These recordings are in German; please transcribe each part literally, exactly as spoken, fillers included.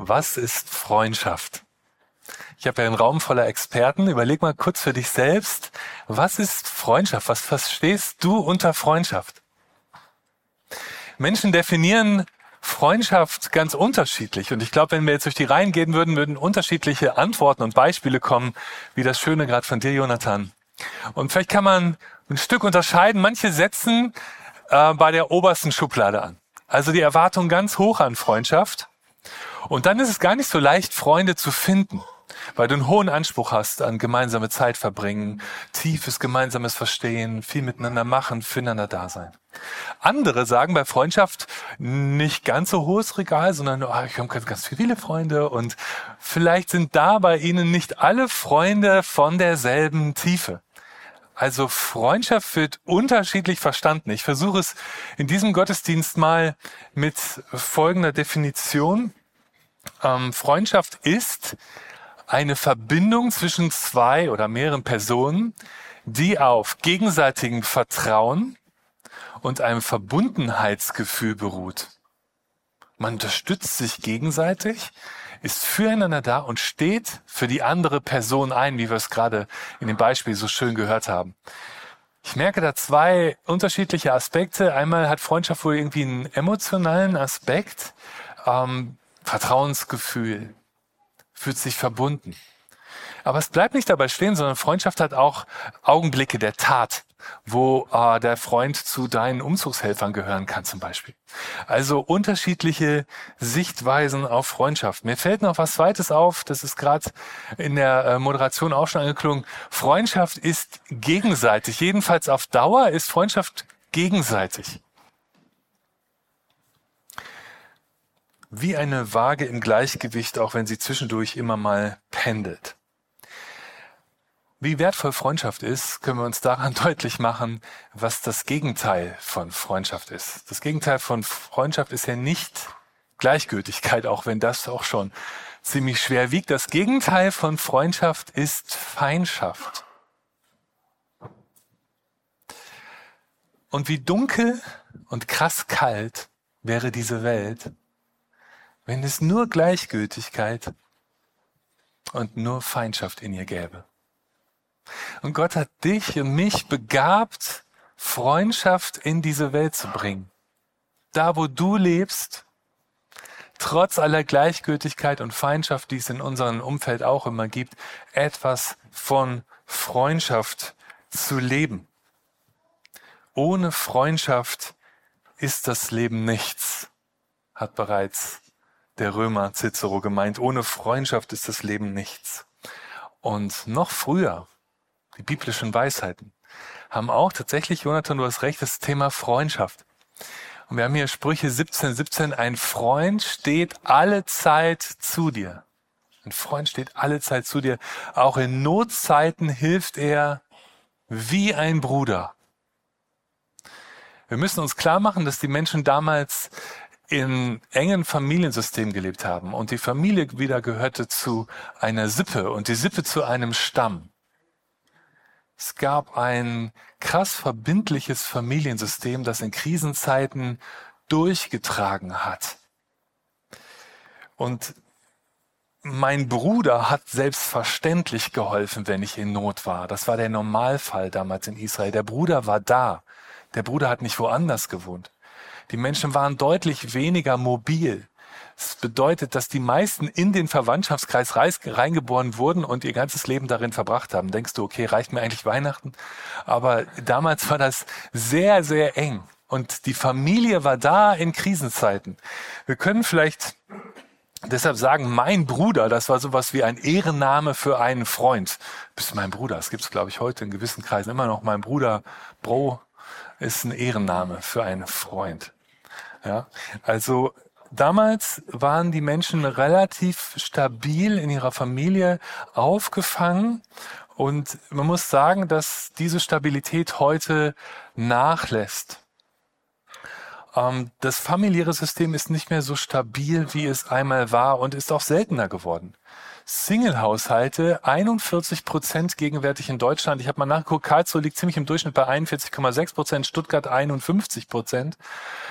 Was ist Freundschaft? Ich habe ja einen Raum voller Experten. Überleg mal kurz für dich selbst, was ist Freundschaft? Was verstehst du unter Freundschaft? Menschen definieren Freundschaft ganz unterschiedlich. Und ich glaube, wenn wir jetzt durch die Reihen gehen würden, würden unterschiedliche Antworten und Beispiele kommen, wie das Schöne gerade von dir, Jonathan. Und vielleicht kann man ein Stück unterscheiden. Manche setzen äh, bei der obersten Schublade an. Also die Erwartung ganz hoch an Freundschaft. Und dann ist es gar nicht so leicht, Freunde zu finden, weil du einen hohen Anspruch hast an gemeinsame Zeit verbringen, tiefes gemeinsames Verstehen, viel miteinander machen, füreinander da sein. Andere sagen bei Freundschaft nicht ganz so hohes Regal, sondern oh, ich habe ganz, ganz viele Freunde und vielleicht sind da bei ihnen nicht alle Freunde von derselben Tiefe. Also Freundschaft wird unterschiedlich verstanden. Ich versuche es in diesem Gottesdienst mal mit folgender Definition. Ähm, Freundschaft ist eine Verbindung zwischen zwei oder mehreren Personen, die auf gegenseitigem Vertrauen und einem Verbundenheitsgefühl beruht. Man unterstützt sich gegenseitig, ist füreinander da und steht für die andere Person ein, wie wir es gerade in dem Beispiel so schön gehört haben. Ich merke da zwei unterschiedliche Aspekte. Einmal hat Freundschaft wohl irgendwie einen emotionalen Aspekt, ähm, Vertrauensgefühl, fühlt sich verbunden. Aber es bleibt nicht dabei stehen, sondern Freundschaft hat auch Augenblicke der Tat, wo äh, der Freund zu deinen Umzugshelfern gehören kann zum Beispiel. Also unterschiedliche Sichtweisen auf Freundschaft. Mir fällt noch was Zweites auf, das ist gerade in der äh, Moderation auch schon angeklungen. Freundschaft ist gegenseitig, jedenfalls auf Dauer ist Freundschaft gegenseitig. Wie eine Waage im Gleichgewicht, auch wenn sie zwischendurch immer mal pendelt. Wie wertvoll Freundschaft ist, können wir uns daran deutlich machen, was das Gegenteil von Freundschaft ist. Das Gegenteil von Freundschaft ist ja nicht Gleichgültigkeit, auch wenn das auch schon ziemlich schwer wiegt. Das Gegenteil von Freundschaft ist Feindschaft. Und wie dunkel und krass kalt wäre diese Welt, wenn es nur Gleichgültigkeit und nur Feindschaft in ihr gäbe. Und Gott hat dich und mich begabt, Freundschaft in diese Welt zu bringen. Da, wo du lebst, trotz aller Gleichgültigkeit und Feindschaft, die es in unserem Umfeld auch immer gibt, etwas von Freundschaft zu leben. Ohne Freundschaft ist das Leben nichts, hat bereits der Römer Cicero gemeint. Ohne Freundschaft ist das Leben nichts. Und noch früher, die biblischen Weisheiten, haben auch tatsächlich, Jonathan, du hast recht, das Thema Freundschaft. Und wir haben hier Sprüche siebzehn, siebzehn, ein Freund steht alle Zeit zu dir. Ein Freund steht alle Zeit zu dir. Auch in Notzeiten hilft er wie ein Bruder. Wir müssen uns klar machen, dass die Menschen damals in engen Familiensystemen gelebt haben und die Familie wieder gehörte zu einer Sippe und die Sippe zu einem Stamm. Es gab ein krass verbindliches Familiensystem, das in Krisenzeiten durchgetragen hat. Und mein Bruder hat selbstverständlich geholfen, wenn ich in Not war. Das war der Normalfall damals in Israel. Der Bruder war da. Der Bruder hat nicht woanders gewohnt. Die Menschen waren deutlich weniger mobil. Das bedeutet, dass die meisten in den Verwandtschaftskreis reingeboren wurden und ihr ganzes Leben darin verbracht haben. Denkst du, okay, reicht mir eigentlich Weihnachten? Aber damals war das sehr, sehr eng. Und die Familie war da in Krisenzeiten. Wir können vielleicht deshalb sagen, mein Bruder, das war sowas wie ein Ehrenname für einen Freund. Bist mein Bruder. Das gibt es, glaube ich, heute in gewissen Kreisen immer noch. Mein Bruder, Bro, ist ein Ehrenname für einen Freund. Ja, also damals waren die Menschen relativ stabil in ihrer Familie aufgefangen und man muss sagen, dass diese Stabilität heute nachlässt. Ähm, das familiäre System ist nicht mehr so stabil, wie es einmal war und ist auch seltener geworden. Single-Haushalte, einundvierzig Prozent gegenwärtig in Deutschland. Ich habe mal nachgeguckt, Karlsruhe liegt ziemlich im Durchschnitt bei einundvierzig Komma sechs Prozent, Stuttgart einundfünfzig Prozent.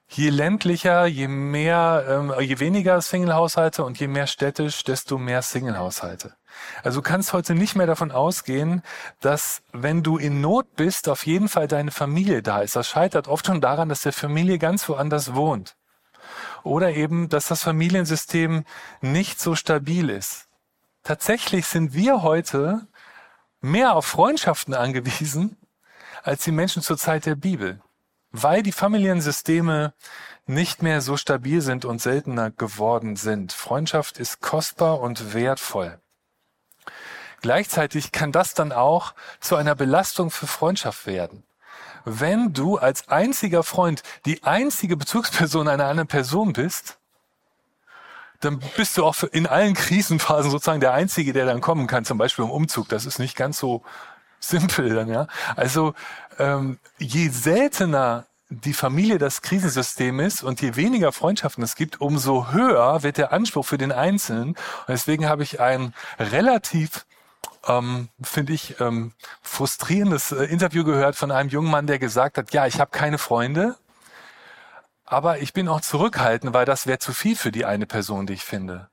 Je ländlicher, je mehr, ähm, je weniger Single-Haushalte und je mehr städtisch, desto mehr Single-Haushalte. Also du kannst heute nicht mehr davon ausgehen, dass wenn du in Not bist, auf jeden Fall deine Familie da ist. Das scheitert oft schon daran, dass der Familie ganz woanders wohnt. Oder eben, dass das Familiensystem nicht so stabil ist. Tatsächlich sind wir heute mehr auf Freundschaften angewiesen, als die Menschen zur Zeit der Bibel. Weil die Familiensysteme nicht mehr so stabil sind und seltener geworden sind. Freundschaft ist kostbar und wertvoll. Gleichzeitig kann das dann auch zu einer Belastung für Freundschaft werden. Wenn du als einziger Freund die einzige Bezugsperson einer anderen Person bist, dann bist du auch für in allen Krisenphasen sozusagen der Einzige, der dann kommen kann, zum Beispiel im Umzug. Das ist nicht ganz so simpel dann, ja. Also ähm, je seltener die Familie das Krisensystem ist und je weniger Freundschaften es gibt, umso höher wird der Anspruch für den Einzelnen. Und deswegen habe ich ein relativ, ähm, finde ich, ähm, frustrierendes äh, Interview gehört von einem jungen Mann, der gesagt hat, ja, ich habe keine Freunde, aber ich bin auch zurückhaltend, weil das wäre zu viel für die eine Person, die ich finde.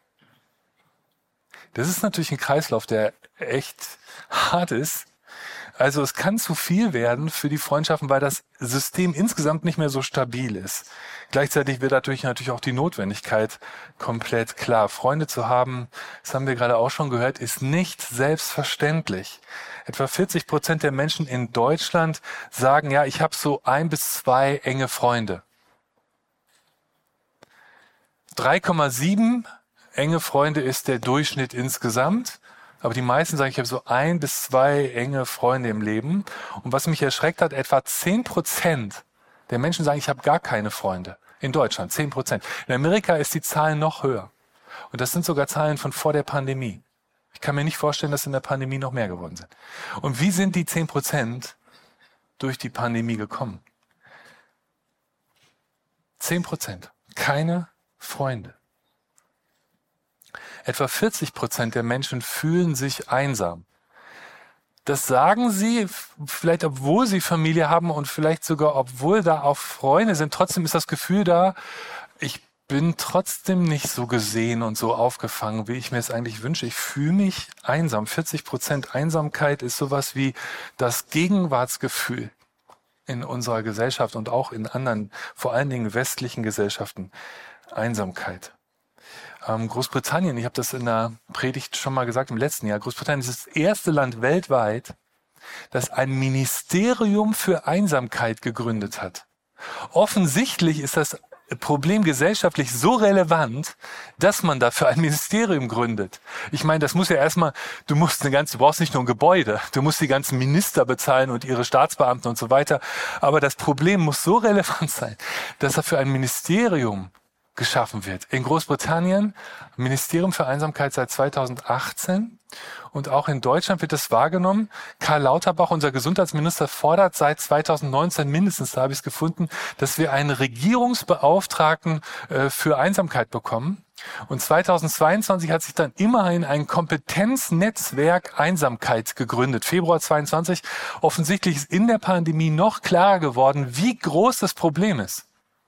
Das ist natürlich ein Kreislauf, der echt hart ist. Also es kann zu viel werden für die Freundschaften, weil das System insgesamt nicht mehr so stabil ist. Gleichzeitig wird dadurch natürlich auch die Notwendigkeit komplett klar. Freunde zu haben, das haben wir gerade auch schon gehört, ist nicht selbstverständlich. Etwa vierzig Prozent der Menschen in Deutschland sagen, ja, ich habe so ein bis zwei enge Freunde. drei Komma sieben enge Freunde ist der Durchschnitt insgesamt. Aber die meisten sagen, ich habe so ein bis zwei enge Freunde im Leben. Und was mich erschreckt hat, etwa zehn Prozent der Menschen sagen, ich habe gar keine Freunde. In Deutschland, zehn Prozent. In Amerika ist die Zahl noch höher. Und das sind sogar Zahlen von vor der Pandemie. Ich kann mir nicht vorstellen, dass in der Pandemie noch mehr geworden sind. Und wie sind die zehn Prozent durch die Pandemie gekommen? zehn Prozent. Keine Freunde. Etwa vierzig Prozent der Menschen fühlen sich einsam. Das sagen sie, vielleicht obwohl sie Familie haben und vielleicht sogar obwohl da auch Freunde sind. Trotzdem ist das Gefühl da, ich bin trotzdem nicht so gesehen und so aufgefangen, wie ich mir es eigentlich wünsche. Ich fühle mich einsam. vierzig Prozent Einsamkeit ist sowas wie das Gegenwartsgefühl in unserer Gesellschaft und auch in anderen, vor allen Dingen westlichen Gesellschaften. Einsamkeit. Großbritannien, ich habe das in der Predigt schon mal gesagt im letzten Jahr, Großbritannien ist das erste Land weltweit, das ein Ministerium für Einsamkeit gegründet hat. Offensichtlich ist das Problem gesellschaftlich so relevant, dass man dafür ein Ministerium gründet. Ich meine, das muss ja erstmal, du musst eine ganze, du brauchst nicht nur ein Gebäude, du musst die ganzen Minister bezahlen und ihre Staatsbeamten und so weiter. Aber das Problem muss so relevant sein, dass dafür ein Ministerium geschaffen wird. In Großbritannien, Ministerium für Einsamkeit seit zweitausendachtzehn und auch in Deutschland wird das wahrgenommen. Karl Lauterbach, unser Gesundheitsminister, fordert seit zweitausendneunzehn mindestens, da habe ich es gefunden, dass wir einen Regierungsbeauftragten äh, für Einsamkeit bekommen. Und zweitausendzweiundzwanzig hat sich dann immerhin ein Kompetenznetzwerk Einsamkeit gegründet. Februar zweiundzwanzig. Offensichtlich ist in der Pandemie noch klarer geworden, wie groß das Problem ist.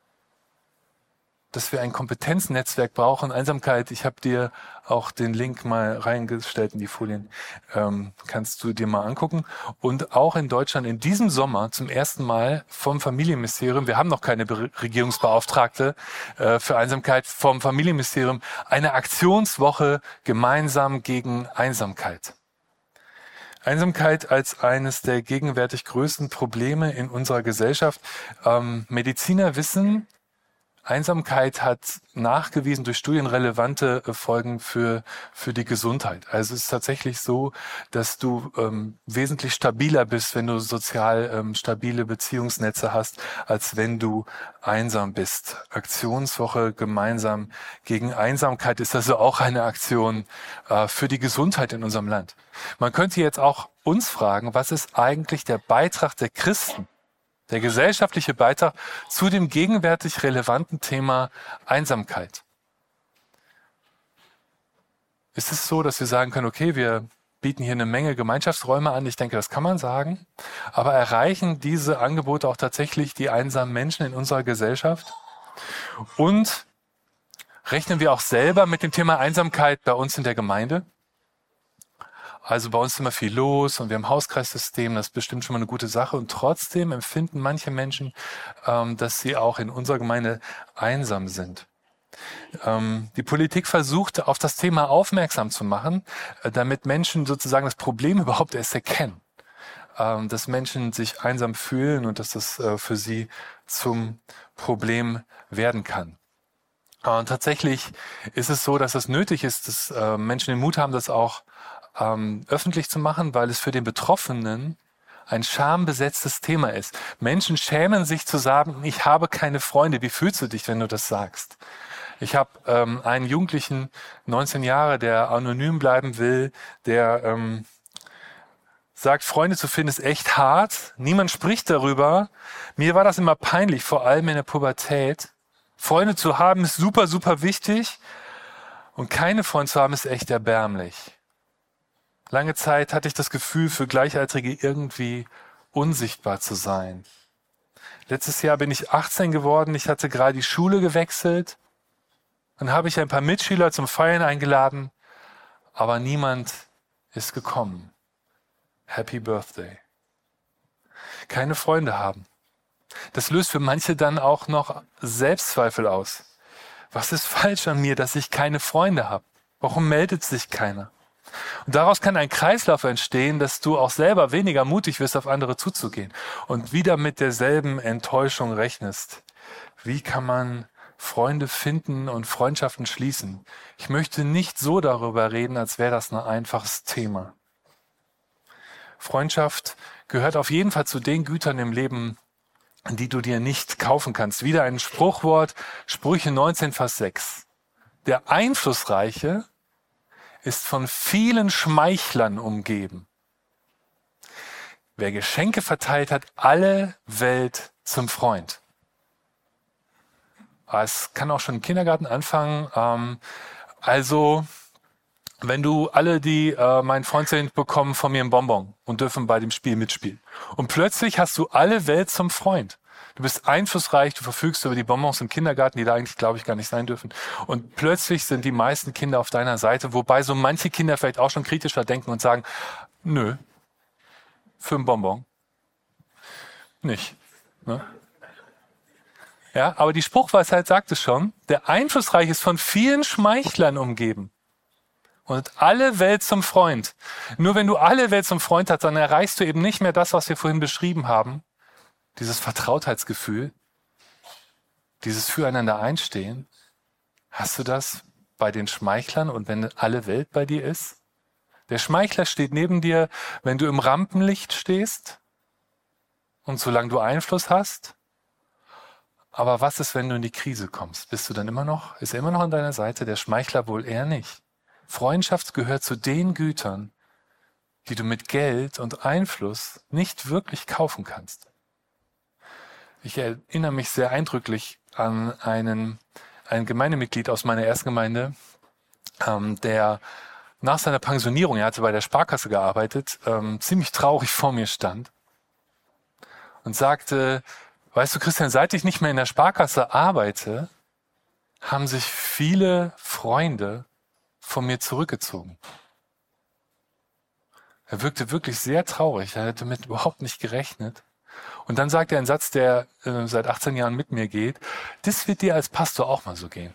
Dass wir ein Kompetenznetzwerk brauchen. Einsamkeit, ich habe dir auch den Link mal reingestellt in die Folien, ähm, kannst du dir mal angucken. Und auch in Deutschland in diesem Sommer zum ersten Mal vom Familienministerium, wir haben noch keine Be- Regierungsbeauftragte äh, für Einsamkeit, vom Familienministerium eine Aktionswoche gemeinsam gegen Einsamkeit. Einsamkeit als eines der gegenwärtig größten Probleme in unserer Gesellschaft. Ähm, Mediziner wissen, Einsamkeit hat nachgewiesen durch Studien relevante Folgen für für die Gesundheit. Also es ist tatsächlich so, dass du ähm, wesentlich stabiler bist, wenn du sozial ähm, stabile Beziehungsnetze hast, als wenn du einsam bist. Aktionswoche gemeinsam gegen Einsamkeit ist also auch eine Aktion äh, für die Gesundheit in unserem Land. Man könnte jetzt auch uns fragen, was ist eigentlich der Beitrag der Christen? Der gesellschaftliche Beitrag zu dem gegenwärtig relevanten Thema Einsamkeit. Ist es so, dass wir sagen können, okay, wir bieten hier eine Menge Gemeinschaftsräume an. Ich denke, das kann man sagen. Aber erreichen diese Angebote auch tatsächlich die einsamen Menschen in unserer Gesellschaft? Und rechnen wir auch selber mit dem Thema Einsamkeit bei uns in der Gemeinde? Also bei uns ist immer viel los und wir haben Hauskreissystem, das ist bestimmt schon mal eine gute Sache. Und trotzdem empfinden manche Menschen, ähm, dass sie auch in unserer Gemeinde einsam sind. Ähm, die Politik versucht, auf das Thema aufmerksam zu machen, äh, damit Menschen sozusagen das Problem überhaupt erst erkennen. Ähm, dass Menschen sich einsam fühlen und dass das äh, für sie zum Problem werden kann. Und tatsächlich ist es so, dass es nötig ist, dass äh, Menschen den Mut haben, das auch ähm, öffentlich zu machen, weil es für den Betroffenen ein schambesetztes Thema ist. Menschen schämen sich zu sagen, ich habe keine Freunde. Wie fühlst du dich, wenn du das sagst? Ich habe ähm, einen Jugendlichen, neunzehn Jahre, der anonym bleiben will, der ähm, sagt, Freunde zu finden ist echt hart. Niemand spricht darüber. Mir war das immer peinlich, vor allem in der Pubertät. Freunde zu haben ist super, super wichtig. Und keine Freunde zu haben ist echt erbärmlich. Lange Zeit hatte ich das Gefühl, für Gleichaltrige irgendwie unsichtbar zu sein. Letztes Jahr bin ich achtzehn geworden. Ich hatte gerade die Schule gewechselt. Dann habe ich ein paar Mitschüler zum Feiern eingeladen, aber niemand ist gekommen. Happy Birthday. Keine Freunde haben. Das löst für manche dann auch noch Selbstzweifel aus. Was ist falsch an mir, dass ich keine Freunde habe? Warum meldet sich keiner? Und daraus kann ein Kreislauf entstehen, dass du auch selber weniger mutig wirst, auf andere zuzugehen und wieder mit derselben Enttäuschung rechnest. Wie kann man Freunde finden und Freundschaften schließen? Ich möchte nicht so darüber reden, als wäre das ein einfaches Thema. Freundschaft gehört auf jeden Fall zu den Gütern im Leben, die du dir nicht kaufen kannst. Wieder ein Spruchwort, Sprüche neunzehn, Vers sechs. Der Einflussreiche ist von vielen Schmeichlern umgeben. Wer Geschenke verteilt, hat alle Welt zum Freund. Es kann auch schon im Kindergarten anfangen. Ähm, also, wenn du alle, die äh, mein Freund sind, bekommen von mir ein Bonbon und dürfen bei dem Spiel mitspielen. Und plötzlich hast du alle Welt zum Freund. Du bist einflussreich, du verfügst über die Bonbons im Kindergarten, die da eigentlich, glaube ich, gar nicht sein dürfen. Und plötzlich sind die meisten Kinder auf deiner Seite, wobei so manche Kinder vielleicht auch schon kritischer denken und sagen, nö, für ein Bonbon nicht. Ne? Ja, aber die Spruchweisheit sagt es schon, der Einflussreich ist von vielen Schmeichlern umgeben. Und alle Welt zum Freund. Nur wenn du alle Welt zum Freund hast, dann erreichst du eben nicht mehr das, was wir vorhin beschrieben haben. Dieses Vertrautheitsgefühl, dieses Füreinander einstehen. Hast du das bei den Schmeichlern und wenn alle Welt bei dir ist? Der Schmeichler steht neben dir, wenn du im Rampenlicht stehst und solange du Einfluss hast. Aber was ist, wenn du in die Krise kommst? Bist du dann immer noch, ist er immer noch an deiner Seite? Der Schmeichler wohl eher nicht. Freundschaft gehört zu den Gütern, die du mit Geld und Einfluss nicht wirklich kaufen kannst. Ich erinnere mich sehr eindrücklich an einen, ein Gemeindemitglied aus meiner ersten Gemeinde, ähm, der nach seiner Pensionierung, er hatte bei der Sparkasse gearbeitet, ähm, ziemlich traurig vor mir stand und sagte, weißt du, Christian, seit ich nicht mehr in der Sparkasse arbeite, haben sich viele Freunde von mir zurückgezogen. Er wirkte wirklich sehr traurig. Er hatte damit überhaupt nicht gerechnet. Und dann sagt er einen Satz, der äh, seit achtzehn Jahren mit mir geht. Das wird dir als Pastor auch mal so gehen.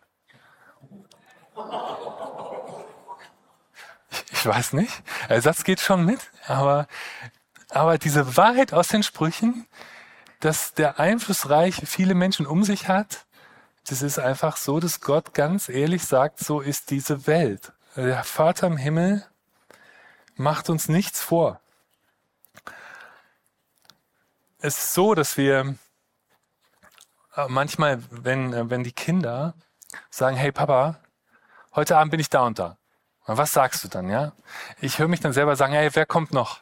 Ich, ich weiß nicht. Der Satz geht schon mit. Aber, aber diese Wahrheit aus den Sprüchen, dass der Einflussreiche viele Menschen um sich hat, das ist einfach so, dass Gott ganz ehrlich sagt, so ist diese Welt. Der Vater im Himmel macht uns nichts vor. Es ist so, dass wir manchmal, wenn, wenn die Kinder sagen, hey Papa, heute Abend bin ich da und da. Und was sagst du dann, ja? Ich höre mich dann selber sagen, hey, wer kommt noch?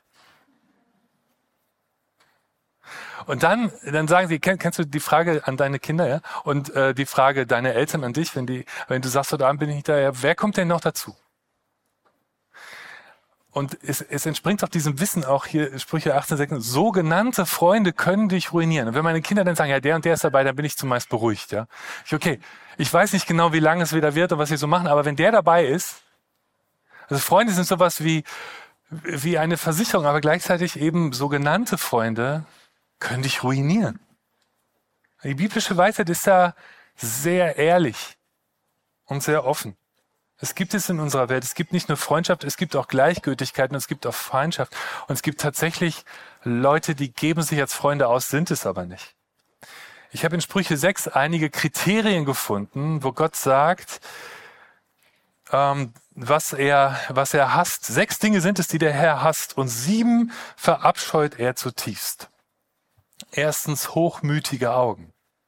Und dann, dann sagen sie, kenn, kennst du die Frage an deine Kinder, ja? Und äh, die Frage deiner Eltern an dich, wenn die, wenn du sagst, heute Abend bin ich nicht da, ja, wer kommt denn noch dazu? Und es, es entspringt auch diesem Wissen auch hier, Sprüche achtzehn sechs, sogenannte Freunde können dich ruinieren. Und wenn meine Kinder dann sagen, ja, der und der ist dabei, dann bin ich zumeist beruhigt. Ja, ich, okay, ich weiß nicht genau, wie lange es wieder wird und was sie so machen, aber wenn der dabei ist, also Freunde sind sowas wie, wie eine Versicherung, aber gleichzeitig eben sogenannte Freunde können dich ruinieren. Die biblische Weisheit ist da sehr ehrlich und sehr offen. Es gibt es in unserer Welt. Es gibt nicht nur Freundschaft, es gibt auch Gleichgültigkeit und es gibt auch Feindschaft. Und es gibt tatsächlich Leute, die geben sich als Freunde aus, sind es aber nicht. Ich habe in Sprüche sechs einige Kriterien gefunden, wo Gott sagt, ähm, was er, was er hasst. Sechs Dinge sind es, die der Herr hasst, und sieben verabscheut er zutiefst. Erstens hochmütige Augen.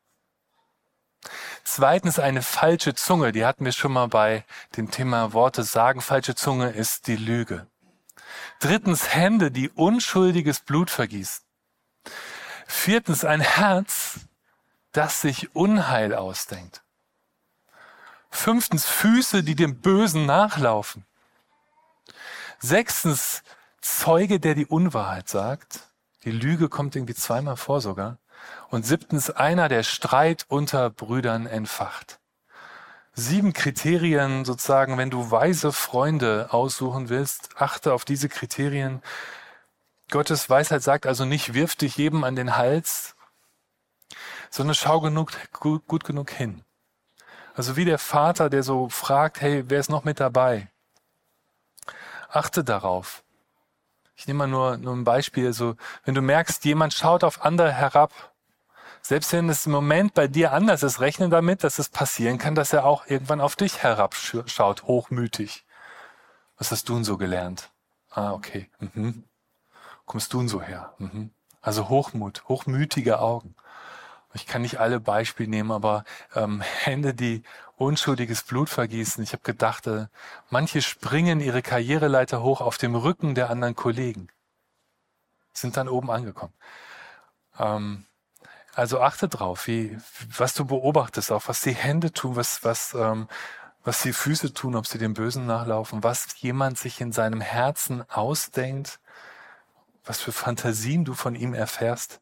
Zweitens eine falsche Zunge, die hatten wir schon mal bei dem Thema Worte sagen. Falsche Zunge ist die Lüge. Drittens Hände, die unschuldiges Blut vergießen. Viertens ein Herz, das sich Unheil ausdenkt. Fünftens Füße, die dem Bösen nachlaufen. Sechstens Zeuge, der die Unwahrheit sagt. Die Lüge kommt irgendwie zweimal vor sogar. Und siebtens, einer, der Streit unter Brüdern entfacht. Sieben Kriterien sozusagen, wenn du weise Freunde aussuchen willst, achte auf diese Kriterien. Gottes Weisheit sagt also nicht, wirf dich jedem an den Hals, sondern schau genug, gut, gut genug hin. Also wie der Vater, der so fragt, hey, wer ist noch mit dabei? Achte darauf. Ich nehme mal nur, nur ein Beispiel. Also, wenn du merkst, jemand schaut auf andere herab, selbst wenn es im Moment bei dir anders ist, rechne damit, dass es passieren kann, dass er auch irgendwann auf dich herabschaut, hochmütig. Was hast du denn so gelernt? Ah, okay. Mhm. Kommst du denn so her? Mhm. Also Hochmut, hochmütige Augen. Ich kann nicht alle Beispiele nehmen, aber ähm, Hände, die unschuldiges Blut vergießen. Ich habe gedacht, äh, manche springen ihre Karriereleiter hoch auf dem Rücken der anderen Kollegen. Sind dann oben angekommen. Ähm, also achte drauf, wie, was du beobachtest, auch was die Hände tun, was, was, ähm, was die Füße tun, ob sie dem Bösen nachlaufen, was jemand sich in seinem Herzen ausdenkt, was für Fantasien du von ihm erfährst.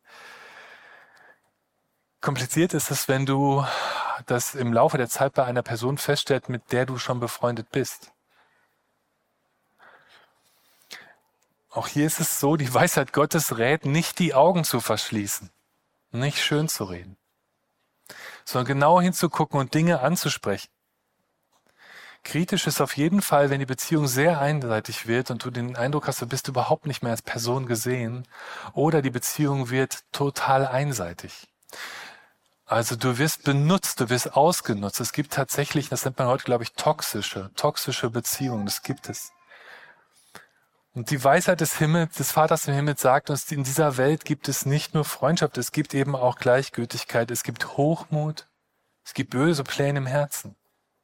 Kompliziert ist es, wenn du das im Laufe der Zeit bei einer Person feststellst, mit der du schon befreundet bist. Auch hier ist es so, die Weisheit Gottes rät, nicht die Augen zu verschließen, nicht schön zu reden, sondern genau hinzugucken und Dinge anzusprechen. Kritisch ist auf jeden Fall, wenn die Beziehung sehr einseitig wird und du den Eindruck hast, du bist überhaupt nicht mehr als Person gesehen, oder die Beziehung wird total einseitig. Also du wirst benutzt, du wirst ausgenutzt. Es gibt tatsächlich, das nennt man heute, glaube ich, toxische, toxische Beziehungen. Das gibt es. Und die Weisheit des Himmels, des Vaters im Himmel sagt uns, in dieser Welt gibt es nicht nur Freundschaft, es gibt eben auch Gleichgültigkeit, es gibt Hochmut, es gibt böse Pläne im Herzen.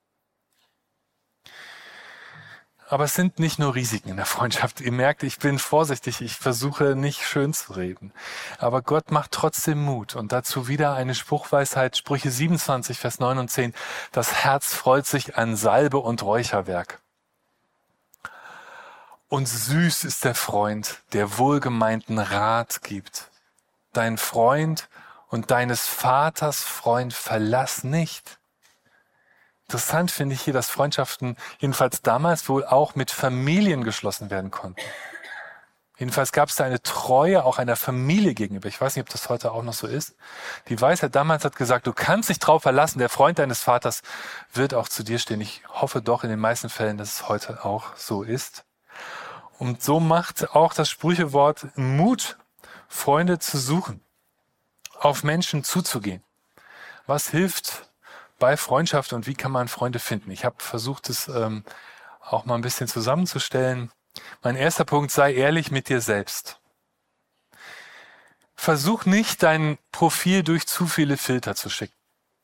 Aber es sind nicht nur Risiken in der Freundschaft. Ihr merkt, ich bin vorsichtig, ich versuche nicht schön zu reden. Aber Gott macht trotzdem Mut. Und dazu wieder eine Spruchweisheit, Sprüche siebenundzwanzig, Vers neun und zehn. Das Herz freut sich an Salbe und Räucherwerk. Und süß ist der Freund, der wohlgemeinten Rat gibt. Dein Freund und deines Vaters Freund verlass nicht. Interessant finde ich hier, dass Freundschaften jedenfalls damals wohl auch mit Familien geschlossen werden konnten. Jedenfalls gab es da eine Treue auch einer Familie gegenüber. Ich weiß nicht, ob das heute auch noch so ist. Die Weisheit damals hat gesagt, du kannst dich drauf verlassen, der Freund deines Vaters wird auch zu dir stehen. Ich hoffe doch in den meisten Fällen, dass es heute auch so ist. Und so macht auch das Sprüchewort Mut, Freunde zu suchen, auf Menschen zuzugehen. Was hilft bei Freundschaft und wie kann man Freunde finden? Ich habe versucht, es ähm, auch mal ein bisschen zusammenzustellen. Mein erster Punkt, sei ehrlich mit dir selbst. Versuch nicht, dein Profil durch zu viele Filter zu schicken.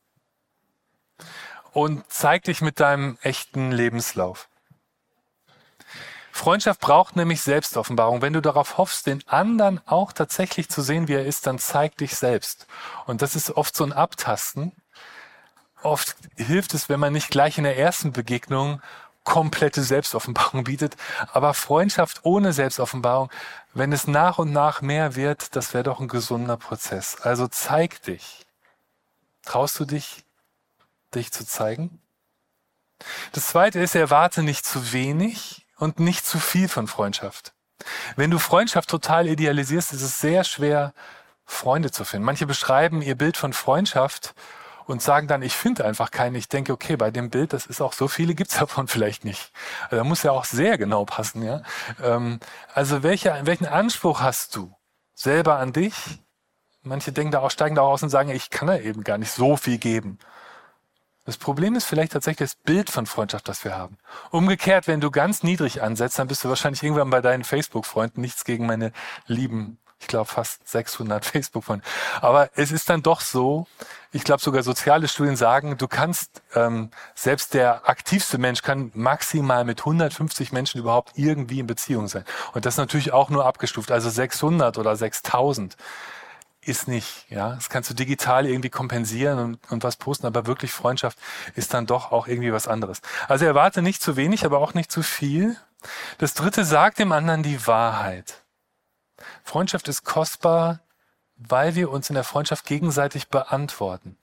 Und zeig dich mit deinem echten Lebenslauf. Freundschaft braucht nämlich Selbstoffenbarung. Wenn du darauf hoffst, den anderen auch tatsächlich zu sehen, wie er ist, dann zeig dich selbst. Und das ist oft so ein Abtasten. Oft hilft es, wenn man nicht gleich in der ersten Begegnung komplette Selbstoffenbarung bietet. Aber Freundschaft ohne Selbstoffenbarung, wenn es nach und nach mehr wird, das wäre doch ein gesunder Prozess. Also zeig dich. Traust du dich, dich zu zeigen? Das Zweite ist, erwarte nicht zu wenig und nicht zu viel von Freundschaft. Wenn du Freundschaft total idealisierst, ist es sehr schwer, Freunde zu finden. Manche beschreiben ihr Bild von Freundschaft und sagen dann, ich finde einfach keinen. Ich denke, okay, bei dem Bild, das ist auch so viele, gibt's davon vielleicht nicht. Also da muss ja auch sehr genau passen. Ja. Ähm, also welche, welchen Anspruch hast du selber an dich? Manche denken da auch, steigen da aus und sagen, ich kann ja eben gar nicht so viel geben. Das Problem ist vielleicht tatsächlich das Bild von Freundschaft, das wir haben. Umgekehrt, wenn du ganz niedrig ansetzt, dann bist du wahrscheinlich irgendwann bei deinen Facebook-Freunden. Nichts gegen meine lieben, ich glaube fast sechshundert Facebook-Freunde. Aber es ist dann doch so, ich glaube sogar soziale Studien sagen, du kannst, ähm, selbst der aktivste Mensch kann maximal mit hundertfünfzig Menschen überhaupt irgendwie in Beziehung sein. Und das natürlich auch nur abgestuft, also sechshundert oder sechstausend. Ist nicht, ja. Das kannst du digital irgendwie kompensieren und, und was posten, aber wirklich Freundschaft ist dann doch auch irgendwie was anderes. Also erwarte nicht zu wenig, aber auch nicht zu viel. Das Dritte, sagt dem anderen die Wahrheit. Freundschaft ist kostbar, weil wir uns in der Freundschaft gegenseitig beantworten.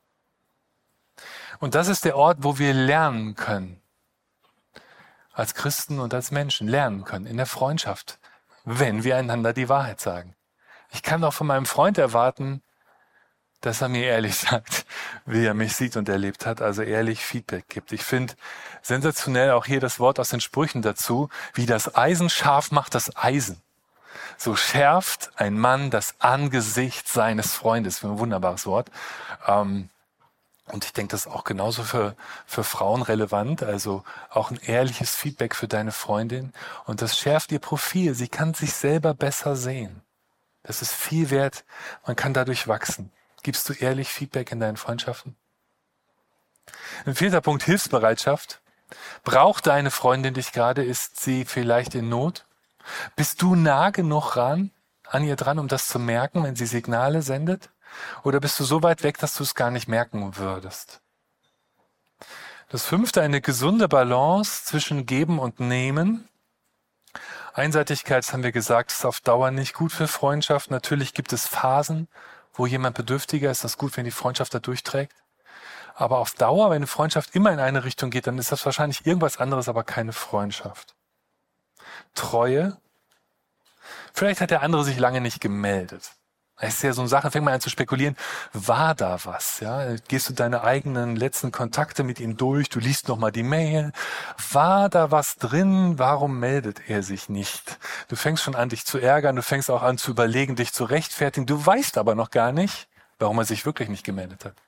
Und das ist der Ort, wo wir lernen können. Als Christen und als Menschen lernen können, in der Freundschaft, wenn wir einander die Wahrheit sagen. Ich kann doch von meinem Freund erwarten, dass er mir ehrlich sagt, wie er mich sieht und erlebt hat, also ehrlich Feedback gibt. Ich finde sensationell auch hier das Wort aus den Sprüchen dazu, wie das Eisen scharf macht das Eisen. So schärft ein Mann das Angesicht seines Freundes. Ein wunderbares Wort. Und ich denke, das ist auch genauso für, für Frauen relevant, also auch ein ehrliches Feedback für deine Freundin. Und das schärft ihr Profil. Sie kann sich selber besser sehen. Das ist viel wert. Man kann dadurch wachsen. Gibst du ehrlich Feedback in deinen Freundschaften? Ein vierter Punkt, Hilfsbereitschaft. Braucht deine Freundin dich gerade? Ist sie vielleicht in Not? Bist du nah genug ran, an ihr dran, um das zu merken, wenn sie Signale sendet? Oder bist du so weit weg, dass du es gar nicht merken würdest? Das fünfte, eine gesunde Balance zwischen Geben und Nehmen. Einseitigkeit, das haben wir gesagt, ist auf Dauer nicht gut für Freundschaft. Natürlich gibt es Phasen, wo jemand bedürftiger ist. Das ist gut, wenn die Freundschaft da durchträgt. Aber auf Dauer, wenn eine Freundschaft immer in eine Richtung geht, dann ist das wahrscheinlich irgendwas anderes, aber keine Freundschaft. Treue. Vielleicht hat der andere sich lange nicht gemeldet. Das ist ja so eine Sache, fängt man an zu spekulieren, war da was? Ja? Gehst du deine eigenen letzten Kontakte mit ihm durch, du liest nochmal die Mail. War da was drin? Warum meldet er sich nicht? Du fängst schon an, dich zu ärgern, du fängst auch an zu überlegen, dich zu rechtfertigen. Du weißt aber noch gar nicht, warum er sich wirklich nicht gemeldet hat.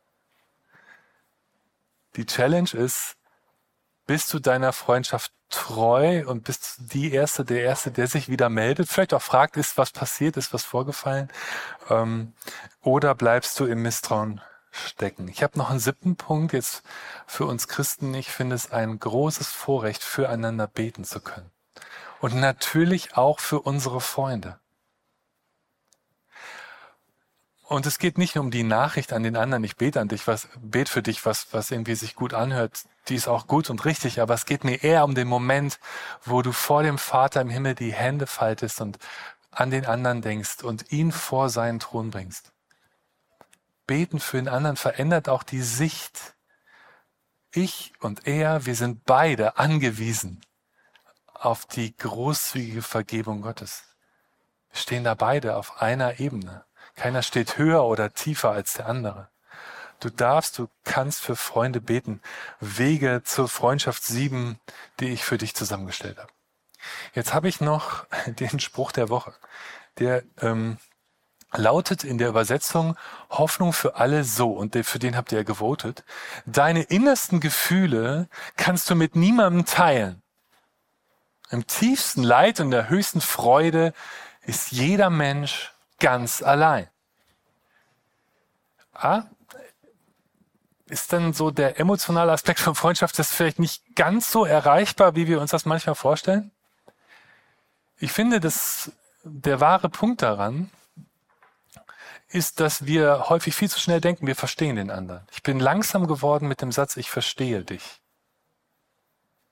Die Challenge ist, bist du deiner Freundschaft treu und bist du die Erste, der Erste, der sich wieder meldet, vielleicht auch fragt, ist was passiert, ist was vorgefallen, ähm, oder bleibst du im Misstrauen stecken? Ich habe noch einen siebten Punkt jetzt für uns Christen. Ich finde es ein großes Vorrecht, füreinander beten zu können. Und natürlich auch für unsere Freunde. Und es geht nicht nur um die Nachricht an den anderen, ich bete an dich, was, bete für dich, was, was irgendwie sich gut anhört, die ist auch gut und richtig, aber es geht mir eher um den Moment, wo du vor dem Vater im Himmel die Hände faltest und an den anderen denkst und ihn vor seinen Thron bringst. Beten für den anderen verändert auch die Sicht. Ich und er, wir sind beide angewiesen auf die großzügige Vergebung Gottes. Wir stehen da beide auf einer Ebene. Keiner steht höher oder tiefer als der andere. Du darfst, du kannst für Freunde beten. Wege zur Freundschaft sieben, die ich für dich zusammengestellt habe. Jetzt habe ich noch den Spruch der Woche. Der ähm, lautet in der Übersetzung Hoffnung für alle so, und für den habt ihr ja gewotet. Deine innersten Gefühle kannst du mit niemandem teilen. Im tiefsten Leid und der höchsten Freude ist jeder Mensch ganz allein. Ah, ist dann so der emotionale Aspekt von Freundschaft, das ist vielleicht nicht ganz so erreichbar, wie wir uns das manchmal vorstellen? Ich finde, dass der wahre Punkt daran ist, dass wir häufig viel zu schnell denken, wir verstehen den anderen. Ich bin langsam geworden mit dem Satz, ich verstehe dich.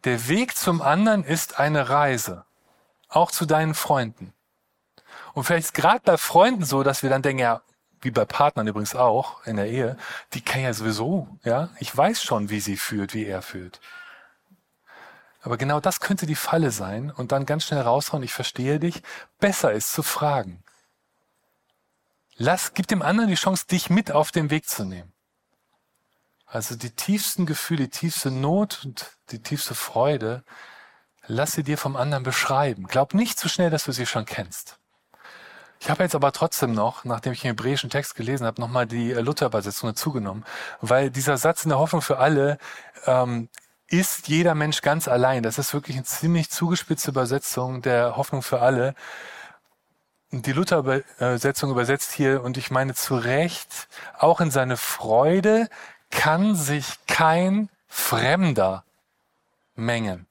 Der Weg zum anderen ist eine Reise, auch zu deinen Freunden. Und vielleicht ist gerade bei Freunden so, dass wir dann denken, ja, wie bei Partnern übrigens auch in der Ehe, die kennen ja sowieso, ja, ich weiß schon, wie sie fühlt, wie er fühlt. Aber genau das könnte die Falle sein und dann ganz schnell raushauen, ich verstehe dich, besser ist zu fragen. Lass, gib dem anderen die Chance, dich mit auf den Weg zu nehmen. Also die tiefsten Gefühle, die tiefste Not und die tiefste Freude, lass sie dir vom anderen beschreiben. Glaub nicht zu schnell, dass du sie schon kennst. Ich habe jetzt aber trotzdem noch, nachdem ich den hebräischen Text gelesen habe, nochmal die Luther-Übersetzung dazugenommen, weil dieser Satz in der Hoffnung für alle ähm, ist jeder Mensch ganz allein. Das ist wirklich eine ziemlich zugespitzte Übersetzung der Hoffnung für alle. Die Luther-Übersetzung übersetzt hier, und ich meine zu Recht, auch in seine Freude kann sich kein Fremder mengen.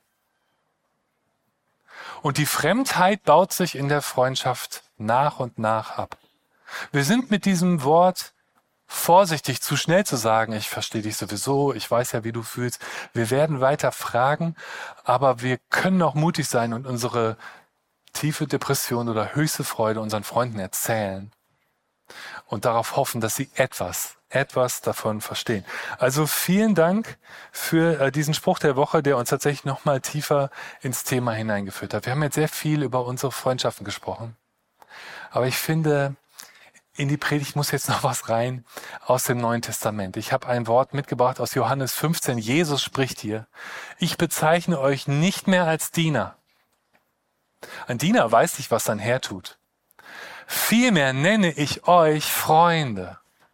Und die Fremdheit baut sich in der Freundschaft nach und nach ab. Wir sind mit diesem Wort vorsichtig, zu schnell zu sagen, ich verstehe dich sowieso, ich weiß ja, wie du fühlst. Wir werden weiter fragen, aber wir können auch mutig sein und unsere tiefe Depression oder höchste Freude unseren Freunden erzählen und darauf hoffen, dass sie etwas, etwas davon verstehen. Also vielen Dank für äh, diesen Spruch der Woche, der uns tatsächlich nochmal tiefer ins Thema hineingeführt hat. Wir haben jetzt sehr viel über unsere Freundschaften gesprochen, aber ich finde, in die Predigt muss jetzt noch was rein aus dem Neuen Testament. Ich habe ein Wort mitgebracht aus Johannes fünfzehn. Jesus spricht hier: Ich bezeichne euch nicht mehr als Diener. Ein Diener weiß nicht, was sein Herr tut. Vielmehr nenne ich euch Freunde.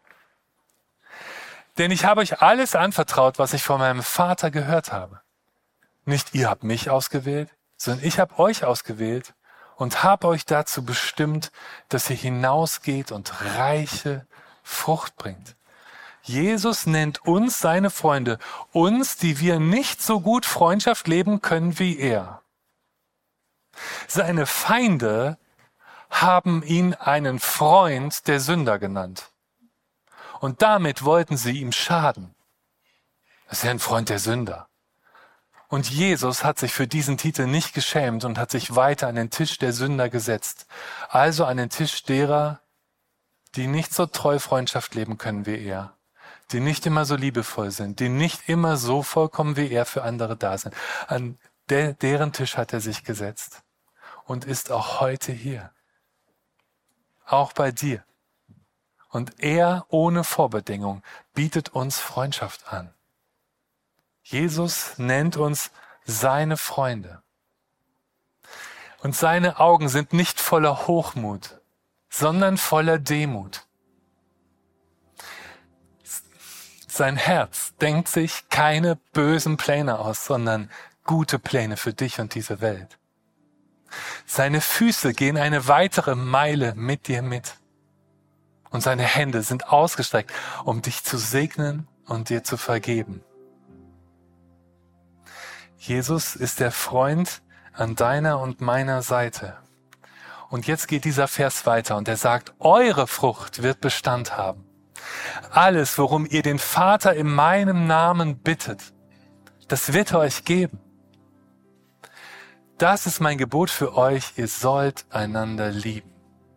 Denn ich habe euch alles anvertraut, was ich von meinem Vater gehört habe. Nicht ihr habt mich ausgewählt, sondern ich habe euch ausgewählt und habe euch dazu bestimmt, dass ihr hinausgeht und reiche Frucht bringt. Jesus nennt uns seine Freunde, uns, die wir nicht so gut Freundschaft leben können wie er. Seine Feinde haben ihn einen Freund der Sünder genannt. Und damit wollten sie ihm schaden. Das ist ja ein Freund der Sünder. Und Jesus hat sich für diesen Titel nicht geschämt und hat sich weiter an den Tisch der Sünder gesetzt. Also an den Tisch derer, die nicht so treu Freundschaft leben können wie er. Die nicht immer so liebevoll sind. Die nicht immer so vollkommen wie er für andere da sind. An der, deren Tisch hat er sich gesetzt. Und ist auch heute hier. Auch bei dir. Und er ohne Vorbedingung bietet uns Freundschaft an. Jesus nennt uns seine Freunde. Und seine Augen sind nicht voller Hochmut, sondern voller Demut. Sein Herz denkt sich keine bösen Pläne aus, sondern gute Pläne für dich und diese Welt. Seine Füße gehen eine weitere Meile mit dir mit. Und seine Hände sind ausgestreckt, um dich zu segnen und dir zu vergeben. Jesus ist der Freund an deiner und meiner Seite. Und jetzt geht dieser Vers weiter und er sagt, eure Frucht wird Bestand haben. Alles, worum ihr den Vater in meinem Namen bittet, das wird er euch geben. Das ist mein Gebot für euch, ihr sollt einander lieben.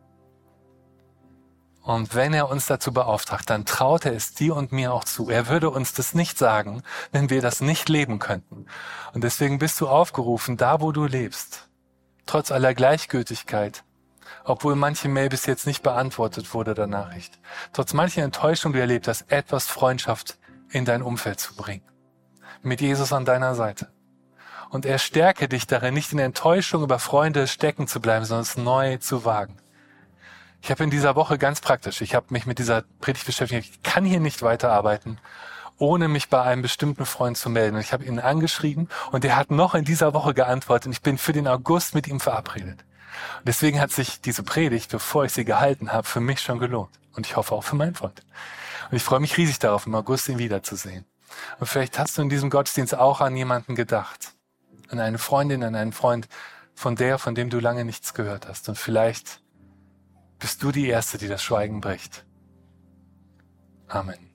Und wenn er uns dazu beauftragt, dann traut er es dir und mir auch zu. Er würde uns das nicht sagen, wenn wir das nicht leben könnten. Und deswegen bist du aufgerufen, da wo du lebst, trotz aller Gleichgültigkeit, obwohl manche Mail bis jetzt nicht beantwortet wurde der Nachricht, trotz mancher Enttäuschung, die du erlebt hast, etwas Freundschaft in dein Umfeld zu bringen. Mit Jesus an deiner Seite. Und er stärke dich darin, nicht in Enttäuschung über Freunde stecken zu bleiben, sondern es neu zu wagen. Ich habe in dieser Woche ganz praktisch, ich habe mich mit dieser Predigt beschäftigt, ich kann hier nicht weiterarbeiten, ohne mich bei einem bestimmten Freund zu melden. Und ich habe ihn angeschrieben und er hat noch in dieser Woche geantwortet und ich bin für den August mit ihm verabredet. Und deswegen hat sich diese Predigt, bevor ich sie gehalten habe, für mich schon gelohnt. Und ich hoffe auch für meinen Freund. Und ich freue mich riesig darauf, im August ihn wiederzusehen. Und vielleicht hast du in diesem Gottesdienst auch an jemanden gedacht. An eine Freundin, an einen Freund, von der, von dem du lange nichts gehört hast. Und vielleicht bist du die Erste, die das Schweigen bricht. Amen.